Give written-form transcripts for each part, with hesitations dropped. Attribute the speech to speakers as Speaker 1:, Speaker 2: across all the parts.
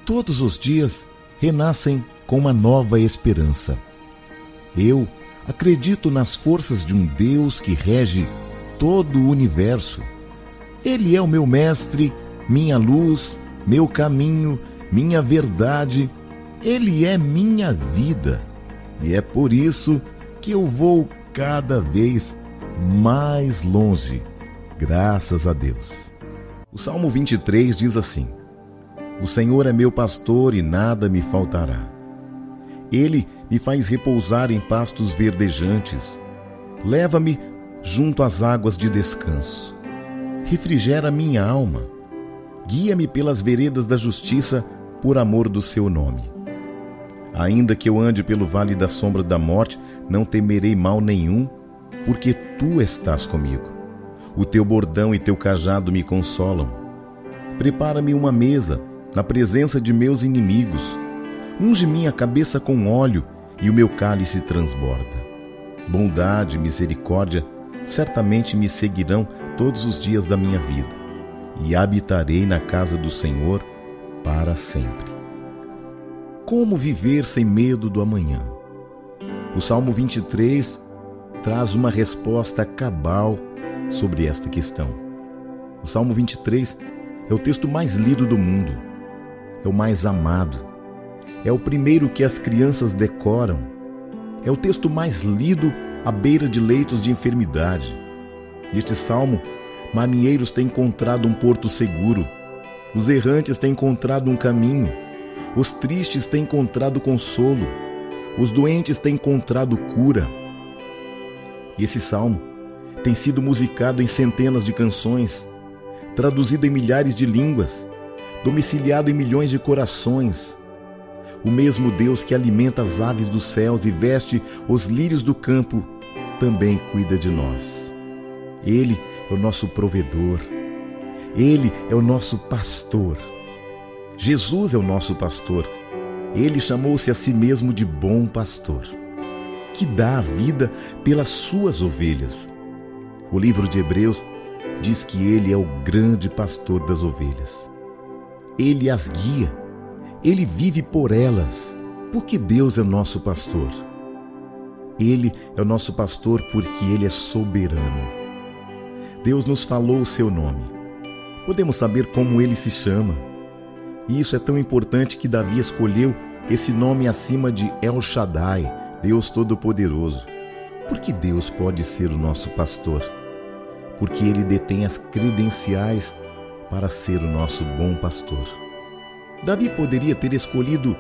Speaker 1: Todos os dias renascem com uma nova esperança. Eu acredito nas forças de um Deus que rege todo o universo. Ele é o meu mestre, minha luz, meu caminho, minha verdade. Ele é minha vida. E é por isso que eu vou cada vez mais longe, graças a Deus. O Salmo 23 diz assim: O Senhor é meu pastor e nada me faltará. Ele me faz repousar em pastos verdejantes. Leva-me junto às águas de descanso. Refrigera minha alma. Guia-me pelas veredas da justiça por amor do seu nome. Ainda que eu ande pelo vale da sombra da morte, não temerei mal nenhum, porque tu estás comigo. O teu bordão e teu cajado me consolam. Prepara-me uma mesa na presença de meus inimigos. Unge minha cabeça com óleo e o meu cálice transborda. Bondade e misericórdia certamente me seguirão todos os dias da minha vida, e habitarei na casa do Senhor para sempre. Como viver sem medo do amanhã? O Salmo 23 traz uma resposta cabal sobre esta questão. O Salmo 23 é o texto mais lido do mundo, é o mais amado, é o primeiro que as crianças decoram, é o texto mais lido à beira de leitos de enfermidade. Neste salmo, marinheiros têm encontrado um porto seguro, os errantes têm encontrado um caminho, os tristes têm encontrado consolo, os doentes têm encontrado cura. Esse salmo tem sido musicado em centenas de canções, traduzido em milhares de línguas, domiciliado em milhões de corações. O mesmo Deus que alimenta as aves dos céus e veste os lírios do campo, também cuida de nós. Ele é o nosso provedor. Ele é o nosso pastor. Jesus é o nosso pastor. Ele chamou-se a si mesmo de bom pastor, que dá a vida pelas suas ovelhas. O livro de Hebreus diz que ele é o grande pastor das ovelhas. Ele as guia. Ele vive por elas, porque Deus é nosso pastor. Ele é o nosso pastor porque Ele é soberano. Deus nos falou o seu nome. Podemos saber como Ele se chama. E isso é tão importante que Davi escolheu esse nome acima de El Shaddai, Deus Todo-Poderoso. Porque Deus pode ser o nosso pastor. Porque Ele detém as credenciais para ser o nosso bom pastor. Davi poderia ter escolhido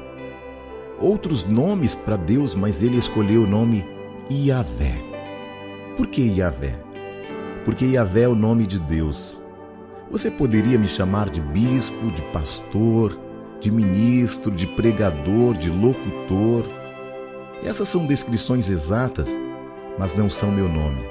Speaker 1: outros nomes para Deus, mas ele escolheu o nome Yahvé. Por que Yahvé? Porque Yahvé é o nome de Deus. Você poderia me chamar de bispo, de pastor, de ministro, de pregador, de locutor. Essas são descrições exatas, mas não são meu nome.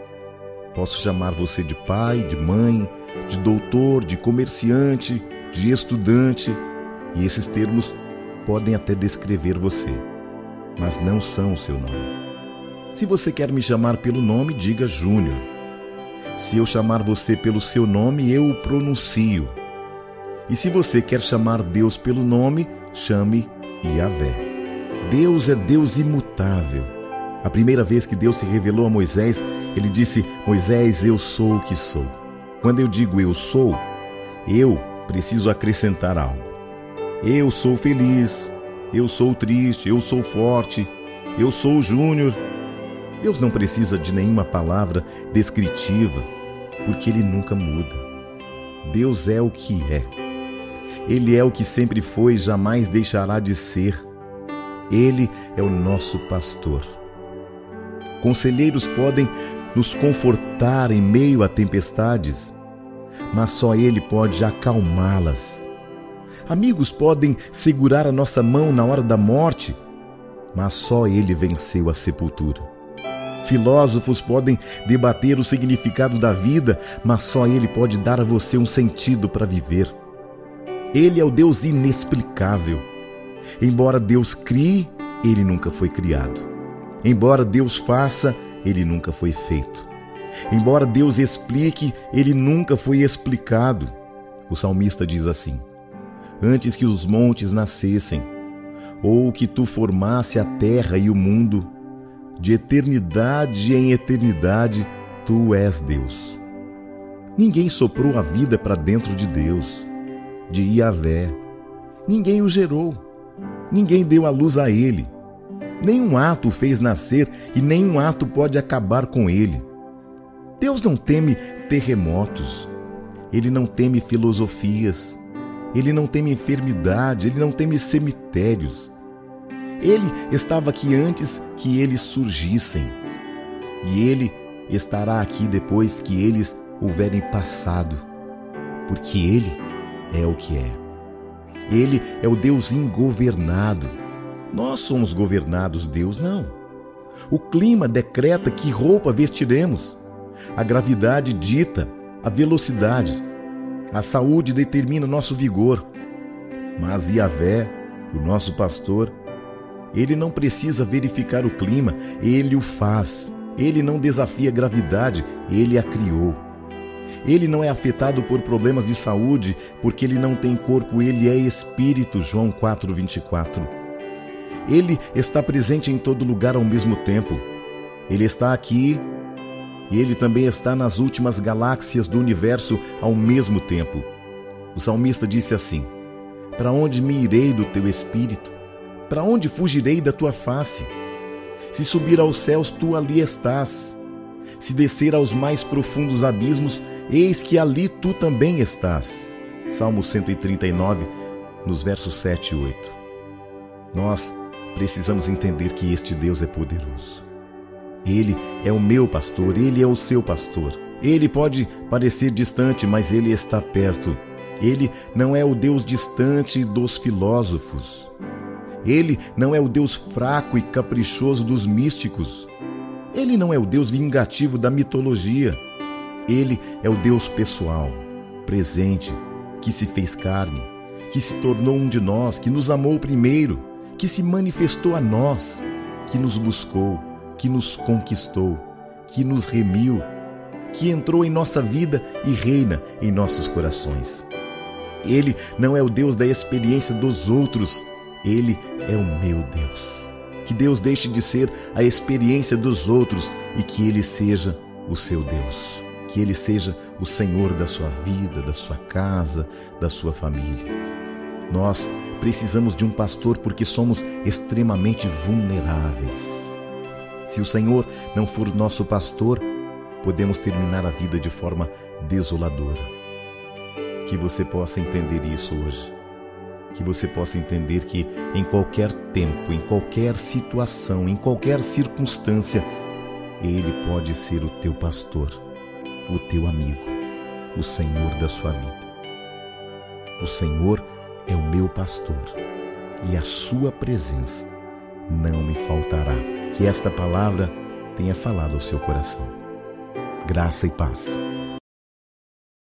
Speaker 1: Posso chamar você de pai, de mãe, de doutor, de comerciante, de estudante, e esses termos podem até descrever você, mas não são o seu nome. Se você quer me chamar pelo nome, diga Júnior. Se eu chamar você pelo seu nome, eu o pronuncio. E se você quer chamar Deus pelo nome, chame Yahvé. Deus é Deus imutável. A primeira vez que Deus se revelou a Moisés, ele disse: Moisés, eu sou o que sou. Quando eu digo eu sou, eu preciso acrescentar algo. Eu sou feliz, eu sou triste, eu sou forte, eu sou Júnior. Deus não precisa de nenhuma palavra descritiva, porque Ele nunca muda. Deus é o que é. Ele é o que sempre foi e jamais deixará de ser. Ele é o nosso pastor. Conselheiros podem nos confortar em meio a tempestades, mas só Ele pode acalmá-las. Amigos podem segurar a nossa mão na hora da morte, mas só Ele venceu a sepultura. Filósofos podem debater o significado da vida, mas só Ele pode dar a você um sentido para viver. Ele é o Deus inexplicável. Embora Deus crie, Ele nunca foi criado. Embora Deus faça, Ele nunca foi feito. Embora Deus explique, Ele nunca foi explicado. O salmista diz assim: antes que os montes nascessem, ou que tu formasse a terra e o mundo. De eternidade em eternidade, tu és Deus. Ninguém soprou a vida para dentro de Deus, de Yahvé. Ninguém o gerou. Ninguém deu a luz a ele. Nenhum ato o fez nascer e nenhum ato pode acabar com ele. Deus não teme terremotos. Ele não teme filosofias. Ele não teme enfermidade. Ele não teme cemitérios. Ele estava aqui antes que eles surgissem. E ele estará aqui depois que eles houverem passado. Porque ele é o que é. Ele é o Deus ingovernado. Nós somos governados, Deus não. O clima decreta que roupa vestiremos. A gravidade dita a velocidade. A saúde determina nosso vigor. Mas Yahvé, o nosso pastor, ele não precisa verificar o clima, ele o faz. Ele não desafia a gravidade, ele a criou. Ele não é afetado por problemas de saúde, porque ele não tem corpo, ele é espírito, João 4:24. Ele está presente em todo lugar ao mesmo tempo. Ele está aqui e ele também está nas últimas galáxias do universo ao mesmo tempo. O salmista disse assim: para onde me irei do teu espírito? Para onde fugirei da tua face? Se subir aos céus, tu ali estás. Se descer aos mais profundos abismos, eis que ali tu também estás. Salmo 139, nos versos 7 e 8. Nós precisamos entender que este Deus é poderoso. Ele é o meu pastor, ele é o seu pastor. Ele pode parecer distante, mas ele está perto. Ele não é o Deus distante dos filósofos. Ele não é o Deus fraco e caprichoso dos místicos. Ele não é o Deus vingativo da mitologia. Ele é o Deus pessoal, presente, que se fez carne, que se tornou um de nós, que nos amou primeiro, que se manifestou a nós, que nos buscou, que nos conquistou, que nos remiu, que entrou em nossa vida e reina em nossos corações. Ele não é o Deus da experiência dos outros. Ele é o meu Deus. Que Deus deixe de ser a experiência dos outros e que Ele seja o seu Deus. Que Ele seja o Senhor da sua vida, da sua casa, da sua família. Nós precisamos de um pastor porque somos extremamente vulneráveis. Se o Senhor não for nosso pastor, podemos terminar a vida de forma desoladora. Que você possa entender isso hoje. Que você possa entender que em qualquer tempo, em qualquer situação, em qualquer circunstância, Ele pode ser o teu pastor, o teu amigo, o Senhor da sua vida. O Senhor é o meu pastor e a sua presença não me faltará. Que esta palavra tenha falado ao seu coração. Graça e paz.